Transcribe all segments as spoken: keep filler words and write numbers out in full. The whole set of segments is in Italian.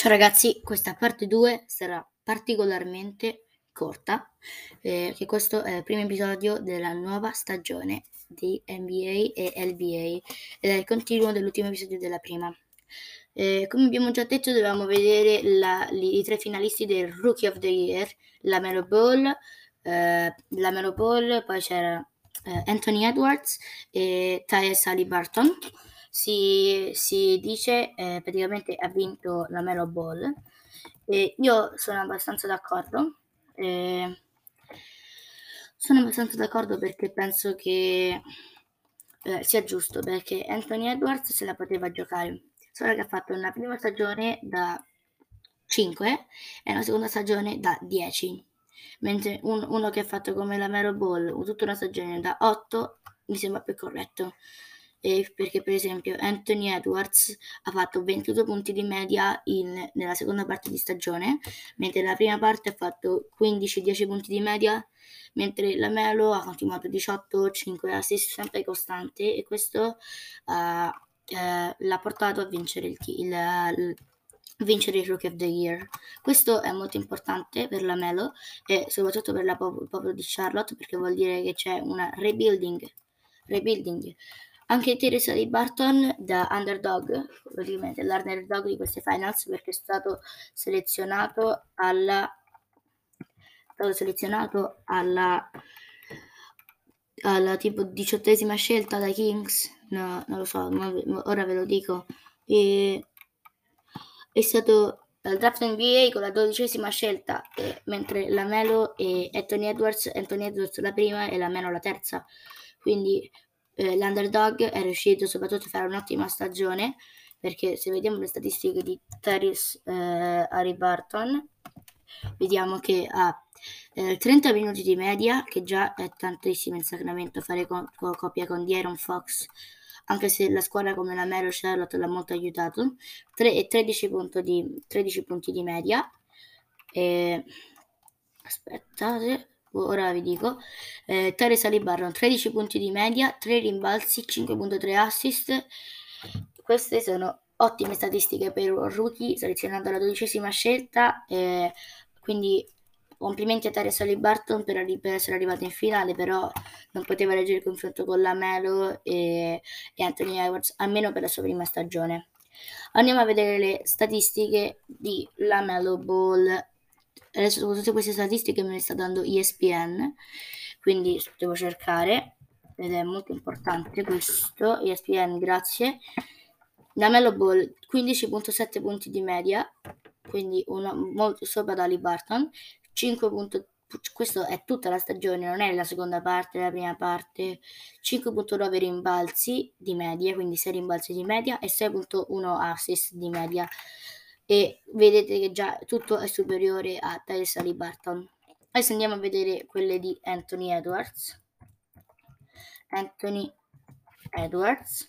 Ciao ragazzi, questa parte due sarà particolarmente corta, ehm, che questo è il primo episodio della nuova stagione di N B A e L B A ed è il continuo dell'ultimo episodio della prima. Ehm, come abbiamo già detto dovevamo vedere la li i tre finalisti del Rookie of the Year, LaMelo Ball, ehm, LaMelo Ball, poi c'era, ehm, Anthony Edwards e Tyrese Haliburton. Si, si dice eh, praticamente ha vinto la Melo Ball e io sono abbastanza d'accordo. Eh, sono abbastanza d'accordo perché penso che eh, sia giusto, perché Anthony Edwards se la poteva giocare, solo che ha fatto una prima stagione da cinque e una seconda stagione da dieci, mentre un, uno che ha fatto come la Melo Ball tutta una stagione da otto mi sembra più corretto. E perché per esempio Anthony Edwards ha fatto ventidue punti di media in, nella seconda parte di stagione, mentre nella prima parte ha fatto quindici dieci punti di media, mentre la Melo ha continuato diciotto cinque assist sempre costante e questo uh, uh, l'ha portato a vincere il, il, il vincere il Rookie of the Year. Questo è molto importante per la Melo e soprattutto per la pop- popolo di Charlotte, perché vuol dire che c'è una rebuilding rebuilding anche Tyrese Haliburton da underdog, praticamente l'underdog di queste finals, perché è stato selezionato alla è stato selezionato alla alla tipo diciottesima scelta dai Kings, no, non lo so, ma ora ve lo dico. E è stato al draft N B A con la dodicesima scelta, eh, mentre la Melo e Anthony Edwards, Anthony Edwards la prima e la Melo la terza. Quindi eh, l'underdog è riuscito soprattutto a fare un'ottima stagione, perché se vediamo le statistiche di Tyrese eh, Haliburton, vediamo che ha eh, trenta minuti di media, che già è tantissimo in Sacramento, fare co- co- coppia con De'Aaron Fox, anche se la squadra come la Melo Charlotte l'ha molto aiutato, tre, e tredici, di, tredici punti di media. E, aspettate, ora vi dico, eh, Tyrese Haliburton tredici punti di media, tre rimbalzi, cinque virgola tre assist. Queste sono ottime statistiche per un rookie selezionato alla dodicesima scelta, eh, quindi complimenti a Tyrese Haliburton per, arri- per essere arrivato in finale, però non poteva reggere il confronto con la Melo e, e Anthony Edwards, almeno per la sua prima stagione. Andiamo a vedere le statistiche di la Melo Ball. Adesso tutte queste statistiche me le sta dando E S P N, quindi devo cercare, ed è molto importante questo, E S P N, grazie. La Melo Ball quindici virgola sette punti di media, quindi una, molto sopra da Haliburton, cinque punti, questo è tutta la stagione, non è la seconda parte, la prima parte, cinque virgola nove rimbalzi di media, quindi sei rimbalzi di media e sei virgola uno assist di media, e vedete che già tutto è superiore a Tyrese Haliburton. Adesso andiamo a vedere quelle di Anthony Edwards. Anthony Edwards,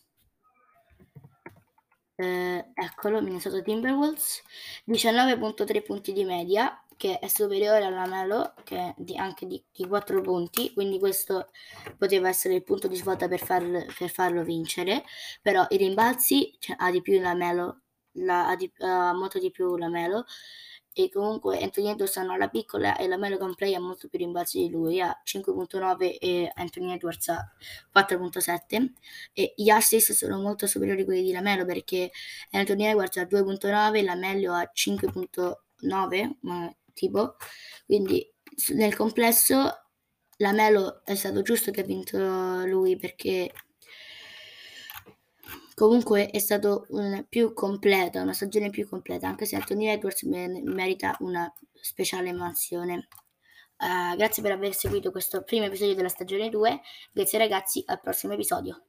eh, eccolo, Minnesota Timberwolves, diciannove virgola tre punti di media, che è superiore alla Melo, che è di, anche di, di quattro punti, quindi questo poteva essere il punto di svolta per, far, per farlo vincere, però i rimbalzi, cioè, ha di più la Melo, la, ha, di, ha molto di più la Melo, e comunque Anthony Edwards ha la piccola e la Melo con play ha molto più rimbalzi di lui, ha cinque virgola nove e Anthony Edwards ha quattro virgola sette, e gli assist sono molto superiori a quelli di Lamelo, perché Anthony Edwards ha due virgola nove, Lamelo ha cinque virgola nove, ma tipo, quindi nel complesso Lamelo è stato giusto che ha vinto lui, perché comunque è stato un più completa, una stagione più completa, anche se Anthony Edwards merita una speciale menzione. Uh, grazie per aver seguito questo primo episodio della stagione due, grazie ragazzi, al prossimo episodio.